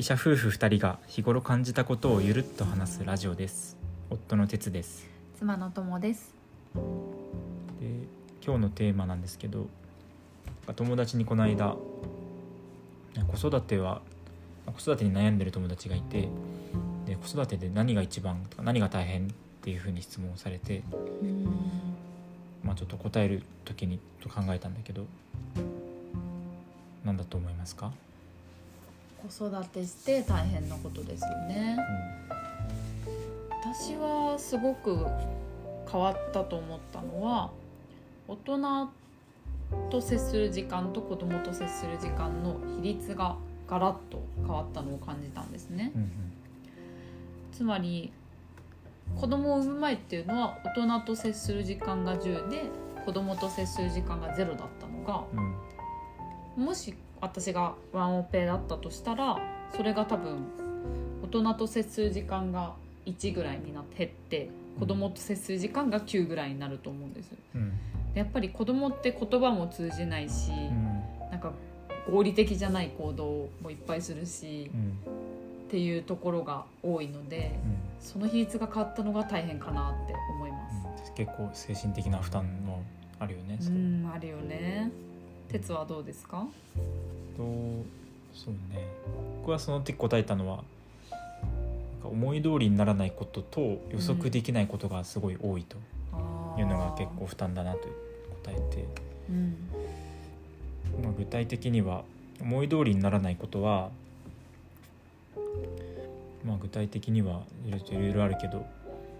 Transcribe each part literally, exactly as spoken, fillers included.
医者夫婦ふたりが日頃感じたことをゆるっと話すラジオです。夫の哲です。 妻の友です。 で今日のテーマなんですけど、友達にこの間子育ては子育てに悩んでる友達がいて、で子育てで何が一番とか何が大変っていうふうに質問をされて、 うんまあ、ちょっと答える時にと考えたんだけど、何だと思いますか？ 子育てして大変なことですよね、 うん、 私はすごく変わったと思ったのは、大人と接する時間と子供と接する時間の比率がガラッと変わったのを感じたんですね、 うんうん、 つまり子供を産む前っていうのは大人と接する時間がじゅうで子供と接する時間がゼロだったのが、 うん、 もし私がワンオペだったとしたら、それが多分大人と接する時間がいちぐらいになって減って、子供と接する時間がきゅうぐらいになると思うんです、 うん、 でやっぱり子供って言葉も通じないし、 うん、 なんか合理的じゃない行動もいっぱいするし、 うん、 っていうところが多いので、 うん、 その比率が変わったのが大変かなって思います、 うん、結構精神的な負担もあるよね。 うん、あるよね。哲はどうですか？ とそうね、僕はその時答えたのは、なんか思い通りにならないことと予測できないことがすごい多いというのが結構負担だなと答えて、 うんまあ、具体的には思い通りにならないことは、まあ、具体的にはいろいろあるけど、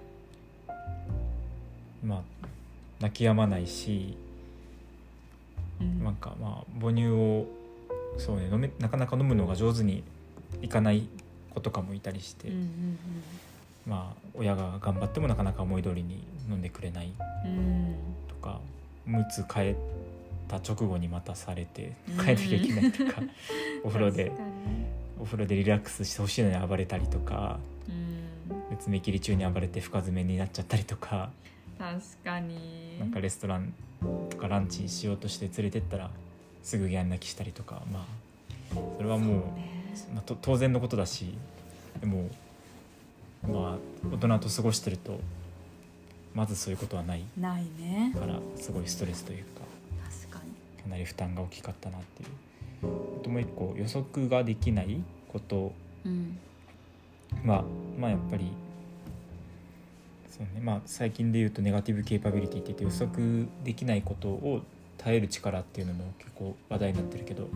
まあ泣き止まないし、 うん、 なんかまあ母乳をそうね、飲めなかなか飲むのが上手にいかない子とかもいたりして、 うんうんまあ親が頑張ってもなかなか思い通りに飲んでくれないうんとか、おむつ替えた直後にまたされて替えなきゃいけないとか、うん、お風呂でお風呂でリラックスしてほしいのに暴れたりとか、 うん、 爪切り中に暴れて深爪になっちゃったりとか、 確かになんかレストランとかランチしようとして連れてったらすぐギャン泣きしたりとか、まあそれはもう、まあ、と当然のことだし、でもまあ大人と過ごしてるとまずそういうことはないないね。 から、すごいストレスというか、 確かにかなり負担が大きかったなっていう。あともう一個、予測ができないことは、 うん、 まあ、まあやっぱりそうね、まあ最近で言うとネガティブケイパビリティって言って、予測できないことを耐える力っていうのも結構話題になってるけど、 うんうん、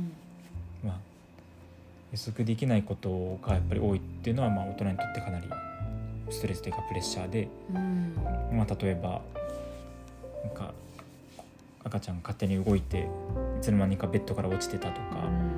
まあ予測できないことがやっぱり多いっていうのは、まあ大人にとってかなりストレスというかプレッシャーで、 うん、 まあ、例えばなんか赤ちゃんが勝手に動いていつの間にかベッドから落ちてたとか、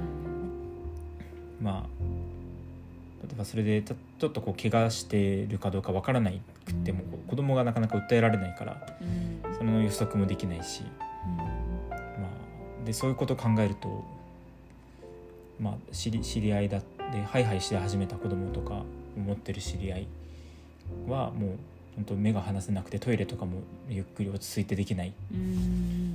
うん、まあ例えばそれでちょっとこう怪我してるかどうかわからないくっても、うん、子供がなかなか訴えられないから、うん、その予測もできないし、うん、まあ、でそういうことを考えると、まあ、知り、知り合いだってハイハイし始めた子供とか思ってる知り合いはもう本当目が離せなくて、トイレとかもゆっくり落ち着いてできない、うん、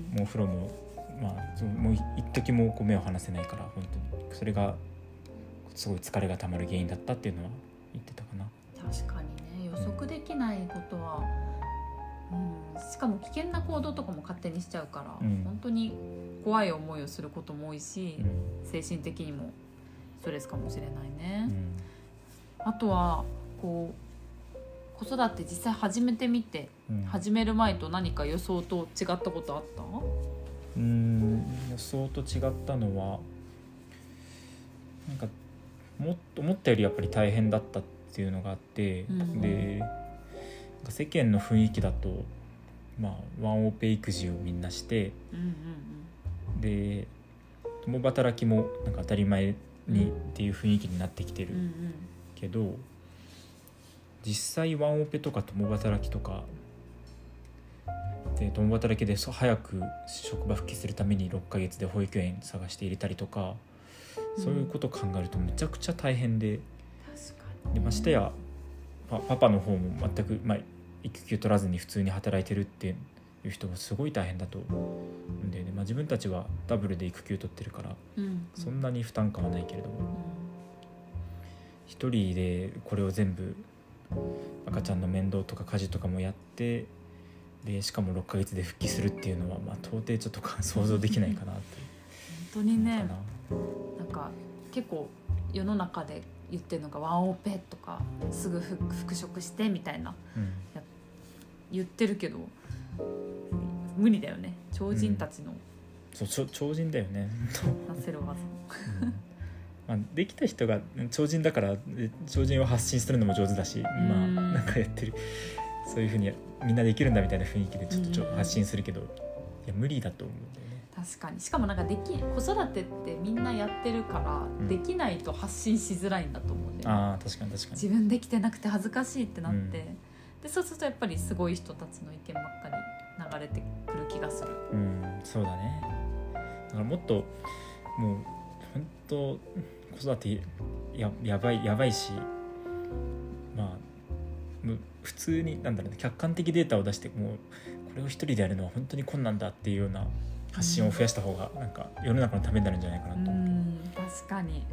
もうお風呂も、まあ、もう一時もこう目を離せないから、本当にそれがすごい疲れがたまる原因だったっていうのは言ってたかな。 確かにね、予測できないことは、うん、しかも危険な行動とかも勝手にしちゃうから、うん、本当に怖い思いをすることも多いし、うん、精神的にもストレスかもしれないね、うん、あとはこう子育て実際始めてみて、うん、始める前と何か予想と違ったことあった？ うーん、予想と違ったのは、なんかも思ったよりやっぱり大変だったっていうのがあって、うん、で世間の雰囲気だと、まあ、ワンオペ育児をみんなして、うんうんうん、で共働きもなんか当たり前にっていう雰囲気になってきてるけど、うんうん、実際ワンオペとか共働きとかで、共働きで早く職場復帰するためにろっかげつで保育園探して入れたりとか、そういうことを考えるとめちゃくちゃ大変で、確かにでましてやパ, パパの方も全く、まあ、育休取らずに普通に働いてるっていう人もすごい大変だと思うんで、ね、まあ、自分たちはダブルで育休取ってるから、うん、そんなに負担感はないけれども、 一人でこれを全部赤ちゃんの面倒とか家事とかもやってでしかもろっかげつで復帰するっていうのは、まあ、到底ちょっと想像できないかなって本当にねなんか結構世の中で言ってるのがワンオペとかすぐ復職してみたいな、うん、や言ってるけど無理だよね超人たちの、 うん、そう超人だよねなせる技、 うんまあ、できた人が超人だから超人を発信するのも上手だし、まあなんかやってるそういう風にみんなできるんだみたいな雰囲気でちょっとちょ発信するけど、いや無理だと思うんだよね。 確かにしかもなんかでき子育てってみんなやってるから、うん、できないと発信しづらいんだと思うんだよね。 あ確かに確かに自分できてなくて恥ずかしいってなって、うん、でそうするとやっぱりすごい人たちの意見ばっかり流れてくる気がする。 うんそうだね。だからもっともう本当子育て や, やばいやばいし、まあ普通になんだろうね客観的データを出してもうこれを一人でやるのは本当に困難だっていうような発信を増やした方がなんか世の中のためになるんじゃないかなと思う。 うん確かに、うん、なる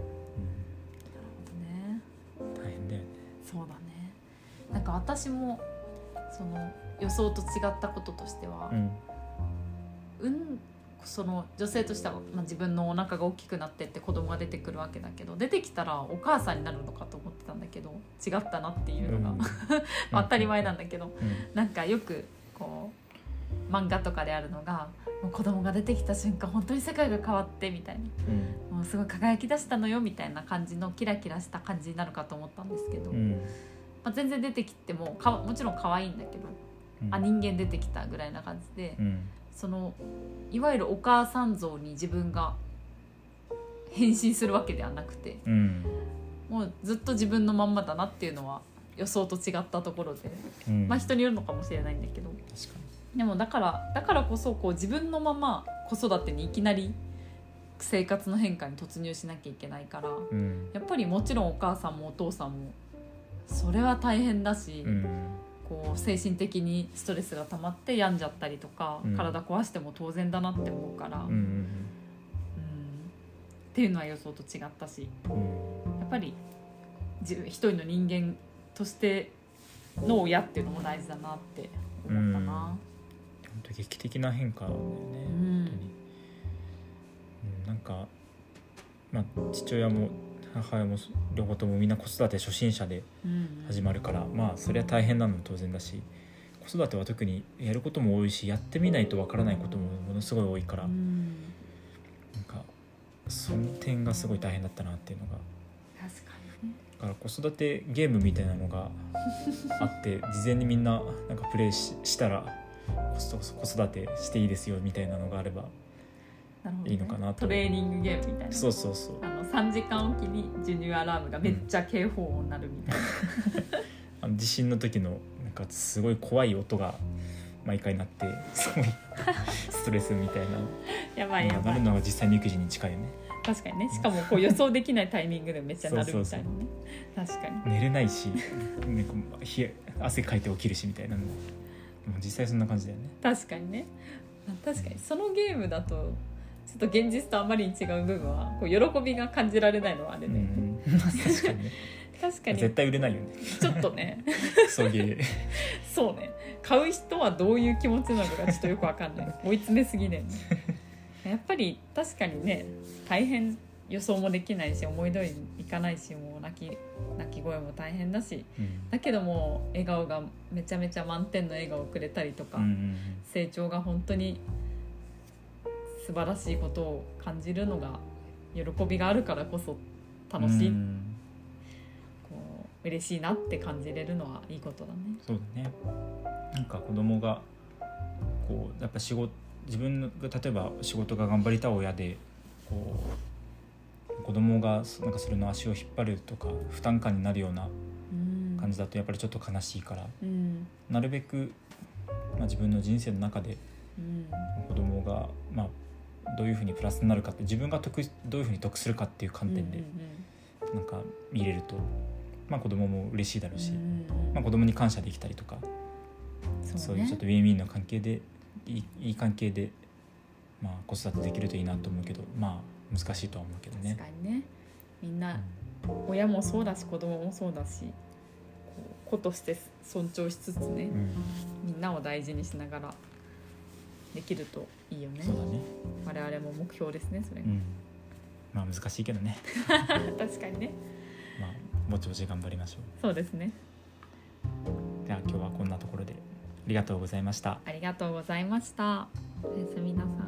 ほどね。 大変だよね。 そうだね。なんか私もその予想と違ったこととしては、うん、うんその女性としては、まあ、自分のお腹が大きくなってって子供が出てくるわけだけど出てきたらお母さんになるのかと思ってたんだけど違ったなっていうのが、うん、当たり前なんだけど、うん、なんかよくこう漫画とかであるのがもう子供が出てきた瞬間本当に世界が変わってみたいな、うん、もうすごい輝き出したのよみたいな感じのキラキラした感じになるかと思ったんですけど、うんまあ、全然出てきてもかもちろん可愛いんだけど、うん、あ人間出てきたぐらいな感じで、うんそのいわゆるお母さん像に自分が変身するわけではなくて、うん、もうずっと自分のまんまだなっていうのは予想と違ったところで、うん、まあ人によるのかもしれないんだけど確かにでもだからだからこそこう自分のまま子育てにいきなり生活の変化に突入しなきゃいけないから、うん、やっぱりもちろんお母さんもお父さんもそれは大変だし、うんこう精神的にストレスが溜まって病んじゃったりとか、うん、体壊しても当然だなって思うから、うんうんうん、っていうのは予想と違ったし、うん、やっぱり自分一人の人間としての親っていうのも大事だなって思ったな、うん、本当劇的な変化だよね、うん、本当に、うん、なんか、まあ、父親も母親も両方ともみんな子育て初心者で始まるから、うんうん、まあそれは大変なのも当然だし子育ては特にやることも多いしやってみないとわからないこともものすごい多いから、うん、なんかその点がすごい大変だったなっていうのが確かに、ね、 だから子育てゲームみたいなのがあって事前にみんななんかプレイ し, したら子育てしていいですよみたいなのがあればいいのかなと、 トレーニングゲームみたいなそうそうそうあのさんじかんおきに授乳アラームがめっちゃ警報音になるみたいな、 うん、あの地震の時のなんかすごい怖い音が毎回鳴ってすごいストレスみたいなやばいやばいなるのが実際に育児に近いよね。 確かにねしかもこう予想できないタイミングでめっちゃ鳴るみたいなね確かに寝れないし、ね、汗かいて起きるしみたいなのも実際そんな感じだよね。 確かにね確かにそのゲームだとちょっと現実とあまりに違う部分はこう喜びが感じられないのはあれね、 うん、確かにね確かに絶対売れないよねちょっとねそういうそうね買う人はどういう気持ちなのかちょっとよく分かんない追い詰めすぎねやっぱり確かにね大変予想もできないし思い通りにいかないしもう泣き、泣き声も大変だし、うん、だけども笑顔がめちゃめちゃ満点の笑顔をくれたりとか、うんうんうん、成長が本当に素晴らしいことを感じるのが喜びがあるからこそ楽しい、うん、こう嬉しいなって感じれるのはいいことだね。 そうだね。なんか子供がこうやっぱ仕事自分が例えば仕事が頑張りたい親でこう子供がなんかそれの足を引っ張るとか負担感になるような感じだとやっぱりちょっと悲しいから、うん、なるべく、まあ、自分の人生の中で子供がまあどういうふうにプラスになるかって自分が得どういうふうに得するかっていう観点でなんか見れると、まあ、子供も嬉しいだろうし、まあ、子供に感謝できたりとか そう,、ね、そういうちょっとウィンウィンの関係でい い, いい関係で、まあ、子育てできるといいなと思うけどまあ難しいとは思うけどね。 確かにねみんな親もそうだし子供もそうだし、子として尊重しつつね、うん、みんなを大事にしながらできるといいよね。 そうだね。 我々も目標ですねそれが、うん、 まあ難しいけどね確かにね。 まあぼちぼち頑張りましょう。 そうですね。 では今日はこんなところでありがとうございました。 ありがとうございました。おやすみなさい。